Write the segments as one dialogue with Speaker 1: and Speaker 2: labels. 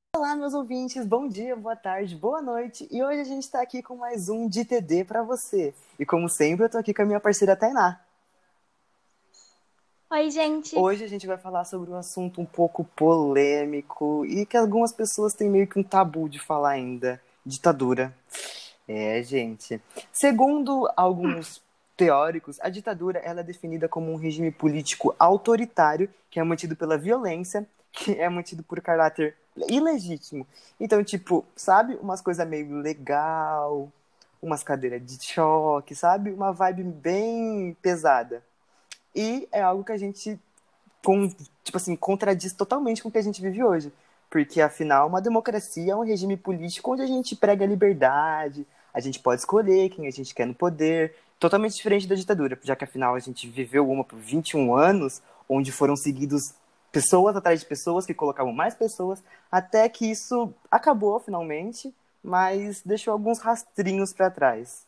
Speaker 1: Olá, meus ouvintes, bom dia, boa tarde, boa noite. E hoje a gente está aqui com mais um de TD para você. E como sempre, eu tô aqui com a minha parceira Tainá.
Speaker 2: Oi, gente.
Speaker 1: Hoje a gente vai falar sobre um assunto um pouco polêmico e que algumas pessoas têm meio que um tabu de falar ainda: ditadura. Gente. Segundo alguns teóricos, a ditadura ela é definida como um regime político autoritário que é mantido pela violência, que é mantido por caráter ilegítimo. Então, tipo, sabe, umas coisas meio legal, umas cadeiras de choque, sabe? Uma vibe bem pesada. E é algo que a gente tipo assim, contradiz totalmente com o que a gente vive hoje. Porque, afinal, uma democracia é um regime político onde a gente prega a liberdade, a gente pode escolher quem a gente quer no poder, totalmente diferente da ditadura, já que, afinal, a gente viveu uma por 21 anos, onde foram seguidos pessoas atrás de pessoas que colocavam mais pessoas, até que isso acabou, finalmente, mas deixou alguns rastrinhos para trás.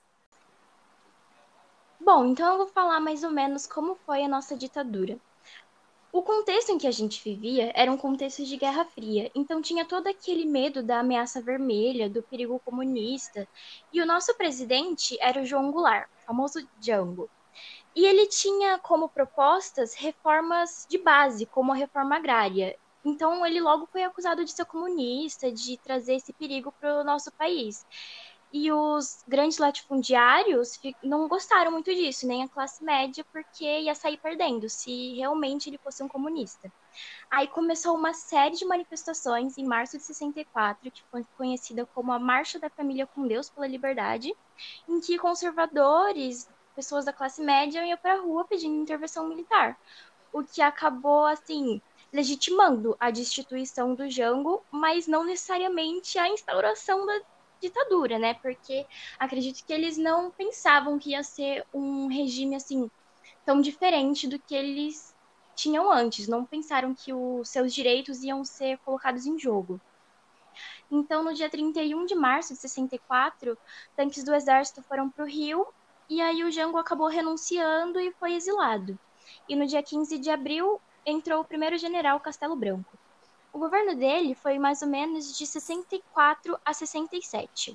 Speaker 2: Bom, então eu vou falar mais ou menos como foi a nossa ditadura. O contexto em que a gente vivia era um contexto de Guerra Fria, então tinha todo aquele medo da ameaça vermelha, do perigo comunista, e o nosso presidente era o João Goulart, o famoso Jango. E ele tinha como propostas reformas de base, como a reforma agrária. Então ele logo foi acusado de ser comunista, de trazer esse perigo para o nosso país. E os grandes latifundiários não gostaram muito disso, nem a classe média, porque ia sair perdendo se realmente ele fosse um comunista. Aí começou uma série de manifestações em março de 64, que foi conhecida como a Marcha da Família com Deus pela Liberdade, em que conservadores, pessoas da classe média iam para a rua pedindo intervenção militar, o que acabou assim legitimando a destituição do Jango, mas não necessariamente a instauração da ditadura, né? Porque acredito que eles não pensavam que ia ser um regime assim tão diferente do que eles tinham antes, não pensaram que os seus direitos iam ser colocados em jogo. Então, no dia 31 de março de 64, tanques do exército foram para o Rio e aí o Jango acabou renunciando e foi exilado. E no dia 15 de abril entrou o primeiro general Castelo Branco. O governo dele foi mais ou menos de 64 a 67.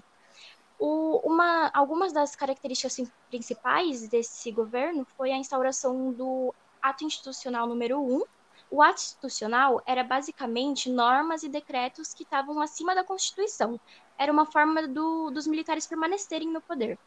Speaker 2: Algumas das características principais desse governo foi a instauração do Ato Institucional número 1. O ato institucional era basicamente normas e decretos que estavam acima da Constituição. Era uma forma dos militares permanecerem no poder.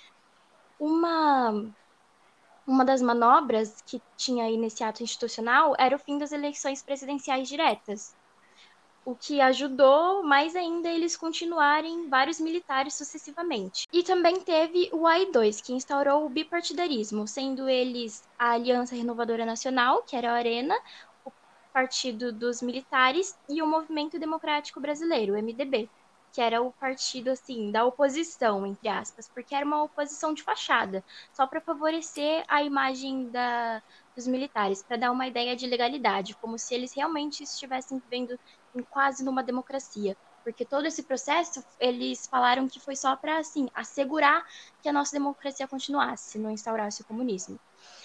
Speaker 2: Uma, uma das manobras que tinha aí nesse ato institucional era o fim das eleições presidenciais diretas, o que ajudou mais ainda eles continuarem vários militares sucessivamente. E também teve o AI-2, que instaurou o bipartidarismo, sendo eles a Aliança Renovadora Nacional, que era a Arena, o Partido dos Militares e o Movimento Democrático Brasileiro, o MDB, que era o partido assim da oposição, entre aspas, porque era uma oposição de fachada, só para favorecer a imagem dos militares, para dar uma ideia de legalidade, como se eles realmente estivessem vivendo quase numa democracia. Porque todo esse processo, eles falaram que foi só para, assim, assegurar que a nossa democracia continuasse, não instaurasse o comunismo.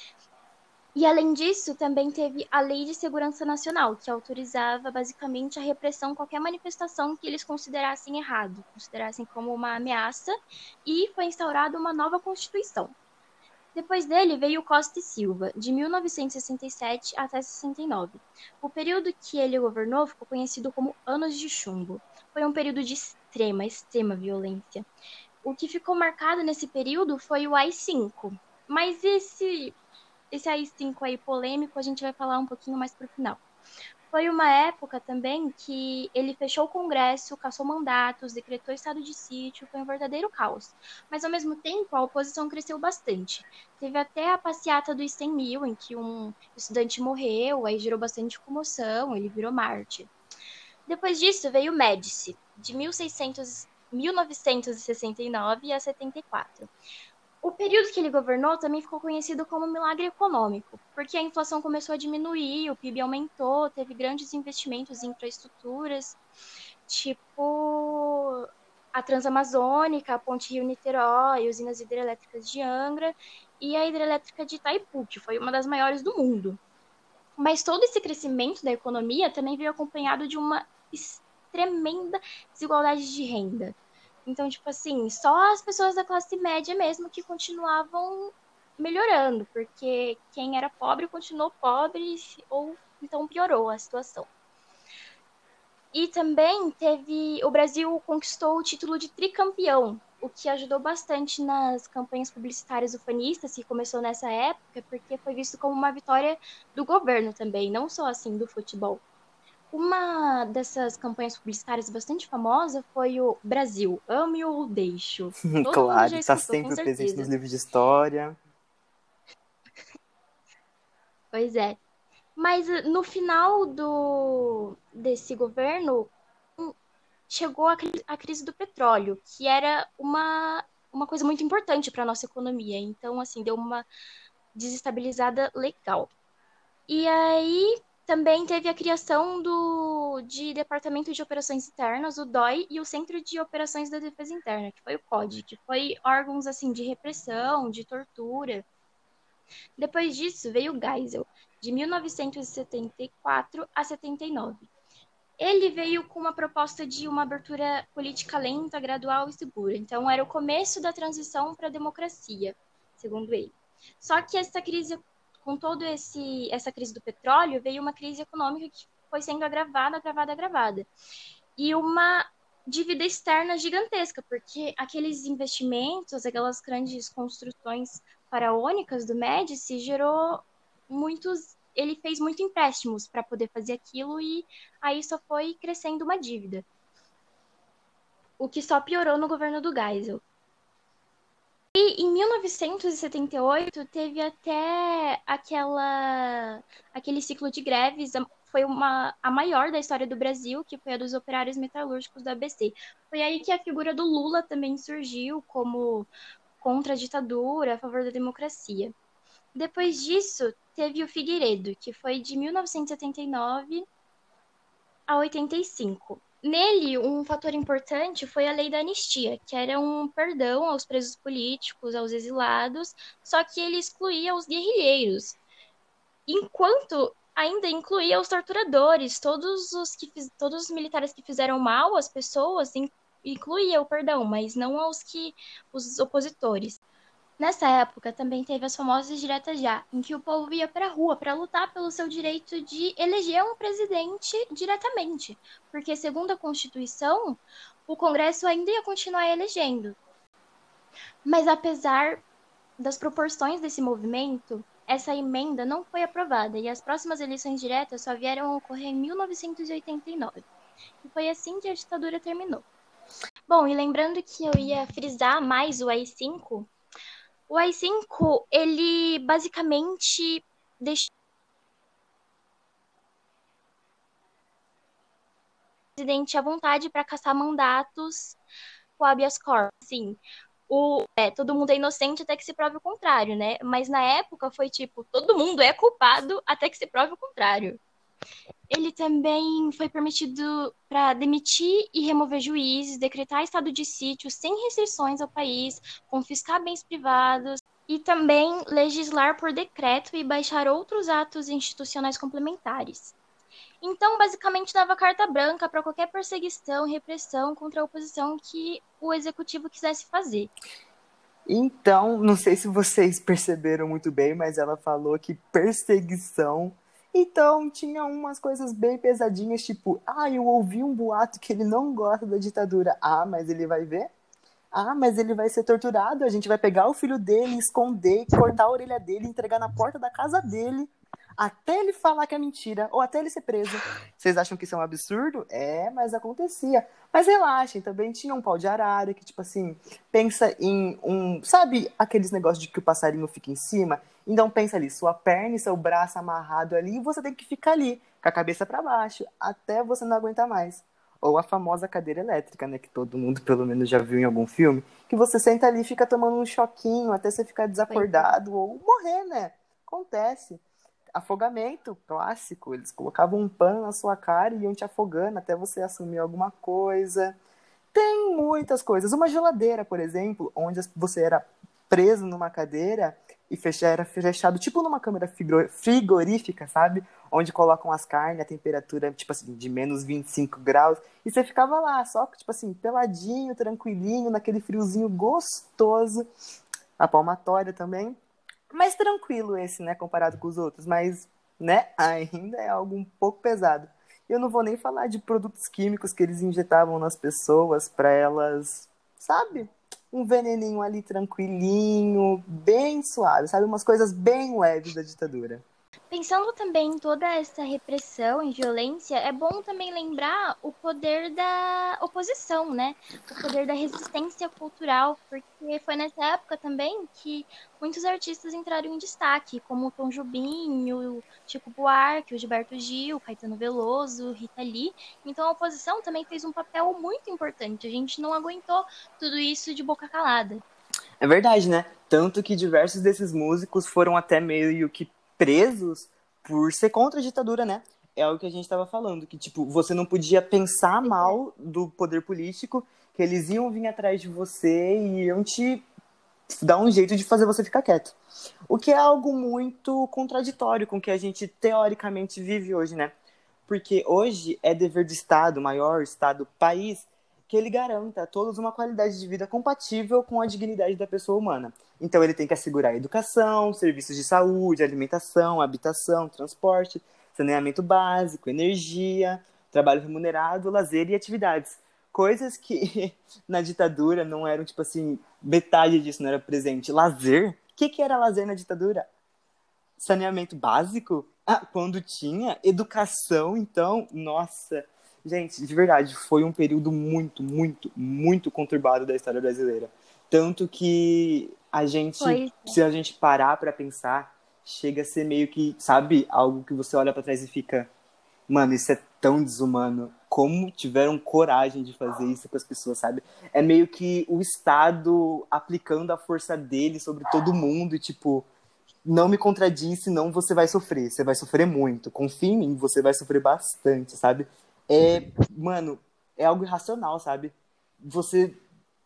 Speaker 2: E, além disso, também teve a Lei de Segurança Nacional, que autorizava, basicamente, a repressão a qualquer manifestação que eles considerassem errado, considerassem como uma ameaça, e foi instaurada uma nova Constituição. Depois dele veio Costa e Silva, de 1967 até 69. O período que ele governou ficou conhecido como Anos de Chumbo. Foi um período de extrema violência. O que ficou marcado nesse período foi o AI-5. Mas esse AI-5 aí polêmico a gente vai falar um pouquinho mais pro final. Foi uma época também que ele fechou o Congresso, cassou mandatos, decretou estado de sítio, foi um verdadeiro caos. Mas, ao mesmo tempo, a oposição cresceu bastante. Teve até a passeata dos 100 mil, em que um estudante morreu, aí gerou bastante comoção, ele virou mártir. Depois disso veio o Médici, de 1969 a 74. O período que ele governou também ficou conhecido como milagre econômico, porque a inflação começou a diminuir, o PIB aumentou, teve grandes investimentos em infraestruturas, tipo a Transamazônica, a Ponte Rio-Niterói, usinas hidrelétricas de Angra e a hidrelétrica de Itaipu, que foi uma das maiores do mundo. Mas todo esse crescimento da economia também veio acompanhado de uma tremenda desigualdade de renda. Então, tipo assim, só as pessoas da classe média mesmo que continuavam melhorando, porque quem era pobre continuou pobre ou então piorou a situação. E também o Brasil conquistou o título de tricampeão, o que ajudou bastante nas campanhas publicitárias ufanistas, que começou nessa época, porque foi visto como uma vitória do governo também, não só assim do futebol. Uma dessas campanhas publicitárias bastante famosa foi o Brasil, ame ou deixo. Todo mundo
Speaker 1: Claro,
Speaker 2: já
Speaker 1: está
Speaker 2: escutou, com
Speaker 1: sempre presente nos
Speaker 2: certeza.
Speaker 1: livros de história.
Speaker 2: Pois é. Mas no final desse governo, chegou a crise do petróleo, que era uma coisa muito importante para a nossa economia. Então, assim, deu uma desestabilizada legal. E aí também teve a criação de Departamento de Operações Internas, o DOI, e o Centro de Operações da Defesa Interna, que foi o COD, que foi órgãos assim de repressão, de tortura. Depois disso veio o Geisel, de 1974 a 79. Ele veio com uma proposta de uma abertura política lenta, gradual e segura. Então, era o começo da transição para a democracia, segundo ele. Só que essa crise, com toda essa crise do petróleo, veio uma crise econômica que foi sendo agravada, agravada, agravada. E uma dívida externa gigantesca, porque aqueles investimentos, aquelas grandes construções faraônicas do Médici, gerou muitos. Ele fez muitos empréstimos para poder fazer aquilo e aí só foi crescendo uma dívida. O que só piorou no governo do Geisel. E em 1978 teve até aquele ciclo de greves, foi a maior da história do Brasil, que foi a dos operários metalúrgicos do ABC. Foi aí que a figura do Lula também surgiu como contra a ditadura, a favor da democracia. Depois disso, teve o Figueiredo, que foi de 1979 a 85. Nele, um fator importante foi a lei da anistia, que era um perdão aos presos políticos, aos exilados, só que ele excluía os guerrilheiros, enquanto ainda incluía os torturadores, todos os militares que fizeram mal às pessoas, incluía o perdão, mas não os opositores. Nessa época, também teve as famosas diretas já, em que o povo ia para a rua para lutar pelo seu direito de eleger um presidente diretamente, porque, segundo a Constituição, o Congresso ainda ia continuar elegendo. Mas, apesar das proporções desse movimento, essa emenda não foi aprovada e as próximas eleições diretas só vieram a ocorrer em 1989. E foi assim que a ditadura terminou. Bom, e lembrando que eu ia frisar mais o AI-5, o AI-5, ele basicamente deixou o presidente à vontade para caçar mandatos com habeas corpus. Sim, todo mundo é inocente até que se prove o contrário, né? Mas na época foi tipo, todo mundo é culpado até que se prove o contrário. Ele também foi permitido para demitir e remover juízes, decretar estado de sítio sem restrições ao país, confiscar bens privados, e também legislar por decreto e baixar outros atos institucionais complementares. Então, basicamente, dava carta branca para qualquer perseguição e repressão contra a oposição que o executivo quisesse fazer.
Speaker 1: Então, não sei se vocês perceberam muito bem, mas ela falou que perseguição. Então, tinha umas coisas bem pesadinhas, tipo, eu ouvi um boato que ele não gosta da ditadura. Ah, mas ele vai ver? Ah, mas ele vai ser torturado, a gente vai pegar o filho dele, esconder, cortar a orelha dele, entregar na porta da casa dele, até ele falar que é mentira, ou até ele ser preso. Vocês acham que isso é um absurdo? É, mas acontecia. Mas relaxem, também tinha um pau de arara, que tipo assim, pensa em sabe aqueles negócios de que o passarinho fica em cima? Então pensa ali, sua perna e seu braço amarrado ali, e você tem que ficar ali, com a cabeça para baixo, até você não aguentar mais. Ou a famosa cadeira elétrica, né? Que todo mundo, pelo menos, já viu em algum filme. Que você senta ali e fica tomando um choquinho até você ficar desacordado ou morrer, né? Acontece. Afogamento, clássico. Eles colocavam um pano na sua cara e iam te afogando até você assumir alguma coisa. Tem muitas coisas. Uma geladeira, por exemplo, onde você era preso numa cadeira e era fechado, tipo numa câmera frigorífica, sabe? onde colocam as carnes, a temperatura, tipo assim, de menos 25 graus, e você ficava lá, só, tipo assim, peladinho, tranquilinho, naquele friozinho gostoso, a palmatória também, mais tranquilo esse, né, comparado com os outros, mas, né, ainda é algo um pouco pesado. Eu não vou nem falar de produtos químicos que eles injetavam nas pessoas para elas, sabe? Um veneninho ali tranquilinho, bem suave, sabe? Umas coisas bem leves da ditadura.
Speaker 2: Pensando também em toda essa repressão e violência, é bom também lembrar o poder da oposição, né? O poder da resistência cultural, porque foi nessa época também que muitos artistas entraram em destaque, como o Tom Jobim, o Chico Buarque, o Gilberto Gil, Caetano Veloso, Rita Lee. Então a oposição também fez um papel muito importante. A gente não aguentou tudo isso de boca calada.
Speaker 1: É verdade, né? Tanto que diversos desses músicos foram até meio que presos por ser contra a ditadura, né? É o que a gente estava falando, que tipo, você não podia pensar
Speaker 2: Pois é.
Speaker 1: mal do poder político, que eles iam vir atrás de você e iam te dar um jeito de fazer você ficar quieto. O que é algo muito contraditório com o que a gente teoricamente vive hoje, né? Porque hoje é dever do Estado, maior Estado, país, que ele garanta a todos uma qualidade de vida compatível com a dignidade da pessoa humana. Então ele tem que assegurar educação, serviços de saúde, alimentação, habitação, transporte, saneamento básico, energia, trabalho remunerado, lazer e atividades. Coisas que na ditadura não eram, tipo assim, metade disso não era presente. Lazer? O que era lazer na ditadura? Saneamento básico? Ah, quando tinha. Educação, então, nossa. Gente, de verdade, foi um período muito, muito, muito conturbado da história brasileira. Tanto que a gente,
Speaker 2: Pois
Speaker 1: se a gente parar pra pensar, chega a ser meio que, sabe, algo que você olha pra trás e fica, mano, isso é tão desumano. Como tiveram coragem de fazer isso com as pessoas, sabe? É meio que o Estado aplicando a força dele sobre todo mundo e, tipo, não me contradiz, senão você vai sofrer. Você vai sofrer muito. Confia em mim, você vai sofrer bastante, sabe? É, mano, é algo irracional, sabe? Você.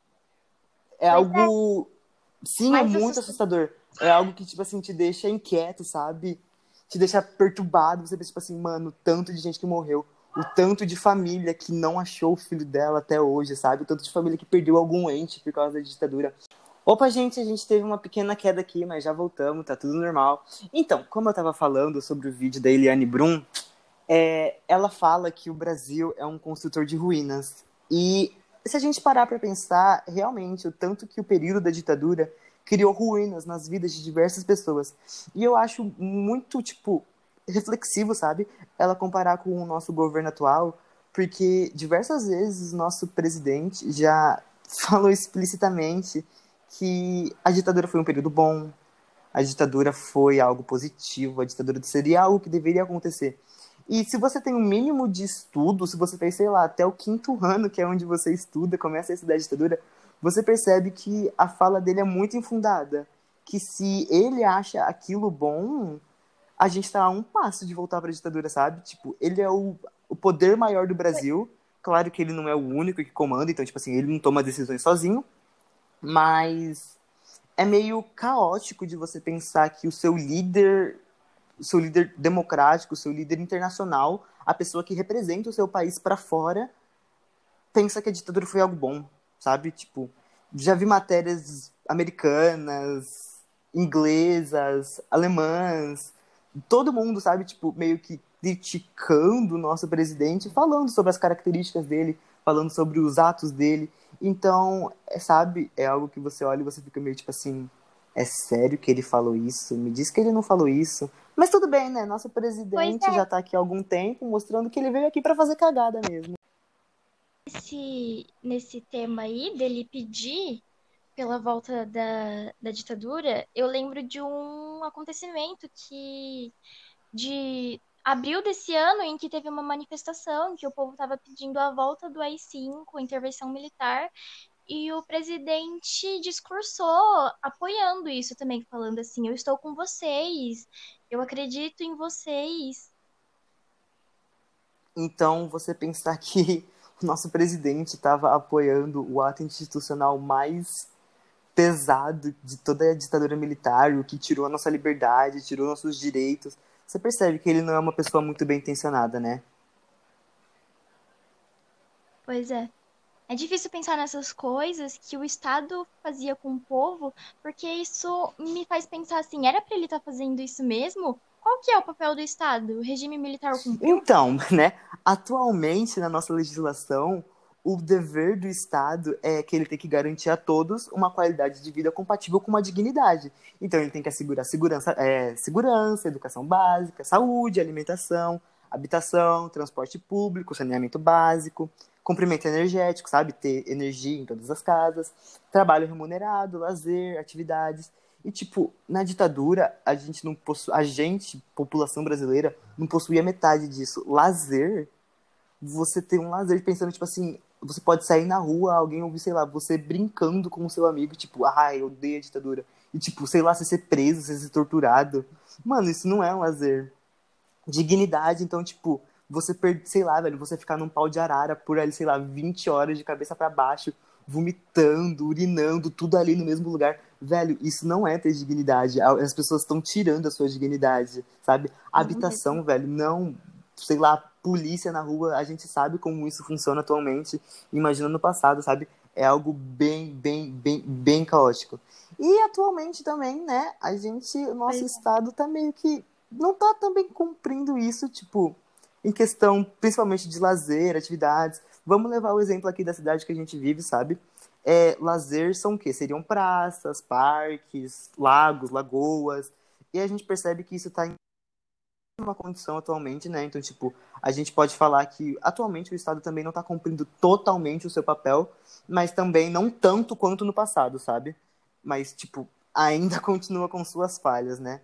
Speaker 1: É
Speaker 2: pois é,
Speaker 1: algo. Sim, é
Speaker 2: mais
Speaker 1: muito
Speaker 2: assustador.
Speaker 1: assustador. É algo que, tipo assim, te deixa inquieto, sabe? Te deixa perturbado. Você pensa, tipo assim, mano, o tanto de gente que morreu. O tanto de família que não achou o filho dela até hoje, sabe? O tanto de família que perdeu algum ente por causa da ditadura. Opa, gente, a gente teve uma pequena queda aqui, mas já voltamos, tá tudo normal. Então, como eu tava falando sobre o vídeo da Eliane Brum, ela fala que o Brasil é um construtor de ruínas. E se a gente parar para pensar, realmente, o tanto que o período da ditadura criou ruínas nas vidas de diversas pessoas. E eu acho muito, tipo, reflexivo, sabe? Ela comparar com o nosso governo atual, porque diversas vezes o nosso presidente já falou explicitamente que a ditadura foi um período bom, a ditadura foi algo positivo, a ditadura seria algo que deveria acontecer. E se você tem um mínimo de estudo, se você fez, sei lá, até o quinto ano, que é onde você estuda, começa a estudar a ditadura, você percebe que a fala dele é muito infundada. Que se ele acha aquilo bom, a gente tá a um passo de voltar para a ditadura, sabe? Tipo, ele é o poder maior do Brasil. Claro que ele não é o único que comanda, então, tipo assim, ele não toma decisões sozinho, mas é meio caótico de você pensar que o seu líder democrático, o seu líder internacional, a pessoa que representa o seu país para fora, pensa que a ditadura foi algo bom, sabe? Tipo, já vi matérias americanas, inglesas, alemãs, todo mundo, sabe? Tipo, meio que criticando o nosso presidente, falando sobre as características dele, falando sobre os atos dele. Então, sabe? É algo que você olha e você fica meio tipo assim, é sério que ele falou isso? Me diz que ele não falou isso. Mas tudo bem, né? Nosso
Speaker 2: Pois
Speaker 1: presidente
Speaker 2: é,
Speaker 1: já tá aqui há algum tempo, mostrando que ele veio aqui para fazer cagada mesmo.
Speaker 2: nesse tema aí, dele pedir pela volta da ditadura, eu lembro de um acontecimento de abril desse ano, em que teve uma manifestação, que o povo estava pedindo a volta do AI-5, a intervenção militar, e o presidente discursou apoiando isso também, falando assim: eu estou com vocês, eu acredito em vocês.
Speaker 1: Então, você pensar que o nosso presidente estava apoiando o ato institucional mais pesado de toda a ditadura militar, o que tirou a nossa liberdade, tirou nossos direitos, Você percebe que ele não é uma pessoa muito bem intencionada, né?
Speaker 2: Pois é. É difícil pensar nessas coisas que o Estado fazia com o povo, porque isso me faz pensar assim, era para ele estar fazendo isso mesmo? Qual que é o papel do Estado? O regime militar o cumpriu?
Speaker 1: Então, né, atualmente na nossa legislação, o dever do Estado é que ele tem que garantir a todos uma qualidade de vida compatível com uma dignidade. Então, ele tem que assegurar segurança, educação básica, saúde, alimentação, habitação, transporte público, saneamento básico, comprimento energético, sabe? Ter energia em todas as casas, trabalho remunerado, lazer, atividades. E, tipo, na ditadura, a gente não possui, a gente, população brasileira, não possuía metade disso. Lazer, você tem um lazer pensando, tipo assim, você pode sair na rua, alguém ouvir, sei lá, você brincando com o seu amigo, tipo, ai, eu odeio a ditadura. E, tipo, sei lá, você ser preso, você ser torturado. Mano, isso não é um lazer. Dignidade, então, tipo, você, sei lá, velho, você ficar num pau de arara por ali, sei lá, 20 horas de cabeça para baixo, vomitando, urinando, tudo ali no mesmo lugar. Velho, isso não é ter dignidade. As pessoas estão tirando a sua dignidade, sabe?
Speaker 2: Não mesmo.
Speaker 1: Habitação, velho, não, sei lá, polícia na rua, a gente sabe como isso funciona atualmente. Imagina no passado, sabe? É algo bem, bem, bem, bem caótico. E atualmente também, né, o nosso
Speaker 2: Pois
Speaker 1: estado tá meio que não tá também cumprindo isso, tipo, em questão principalmente de lazer, atividades. Vamos levar o exemplo aqui da cidade que a gente vive, sabe? Lazer são o quê? Seriam praças, parques, lagos, lagoas. E a gente percebe que isso está em uma condição atualmente, né? Então, tipo, a gente pode falar que atualmente o Estado também não está cumprindo totalmente o seu papel, mas também não tanto quanto no passado, sabe? Mas, tipo, ainda continua com suas falhas, né?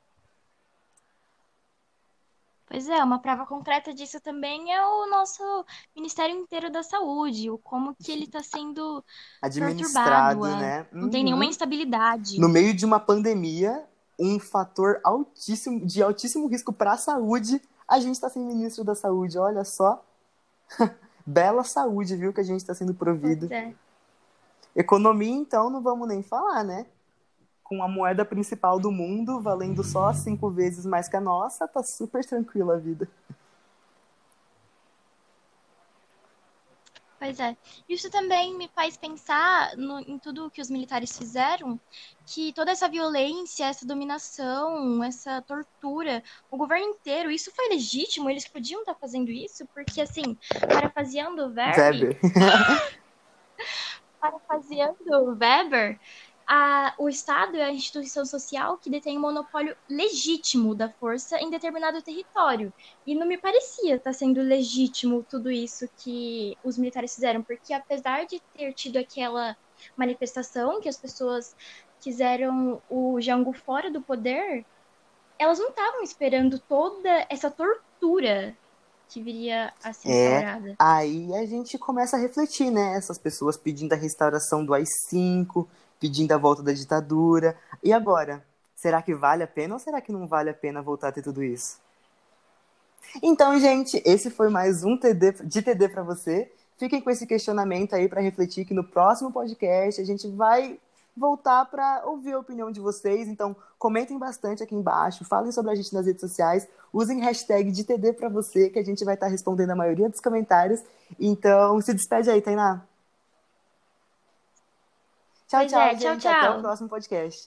Speaker 2: Pois é, uma prova concreta disso também é o nosso Ministério inteiro da Saúde, o como que ele está sendo perturbado,
Speaker 1: Administrado, né?
Speaker 2: não tem nenhuma
Speaker 1: Uhum. No
Speaker 2: instabilidade.
Speaker 1: meio de uma pandemia, um fator altíssimo, de altíssimo risco para a saúde, a gente está sem ministro da saúde. Olha só, bela saúde, viu, que a gente está sendo
Speaker 2: Pois
Speaker 1: provido.
Speaker 2: é.
Speaker 1: Economia, então, não vamos nem falar, né? Com a moeda principal do mundo valendo só 5 vezes mais que a nossa, tá super tranquila a vida.
Speaker 2: Pois é. Isso também me faz pensar em tudo que os militares fizeram, que toda essa violência, essa dominação, essa tortura, o governo inteiro, isso foi legítimo? Eles podiam estar fazendo isso? Porque, assim, parafraseando o Verbe,
Speaker 1: Weber.
Speaker 2: parafraseando o Weber, o Estado é a instituição social que detém o monopólio legítimo da força em determinado território. E não me parecia estar sendo legítimo tudo isso que os militares fizeram, porque apesar de ter tido aquela manifestação que as pessoas quiseram o Jango fora do poder, elas não estavam esperando toda essa tortura que viria a ser
Speaker 1: É,
Speaker 2: instaurada.
Speaker 1: aí a gente começa a refletir, né? Essas pessoas pedindo a restauração do AI-5, pedindo a volta da ditadura. E agora? Será que vale a pena ou será que não vale a pena voltar a ter tudo isso? Então, gente, esse foi mais um TD para você. Fiquem com esse questionamento aí para refletir que no próximo podcast a gente vai voltar para ouvir a opinião de vocês. Então, comentem bastante aqui embaixo, falem sobre a gente nas redes sociais, usem hashtag de TD para você, que a gente vai estar respondendo a maioria dos comentários. Então, se despede aí, Tainá. Tchau,
Speaker 2: Pois é,
Speaker 1: tchau,
Speaker 2: tchau,
Speaker 1: gente. Até o
Speaker 2: tchau.
Speaker 1: próximo podcast.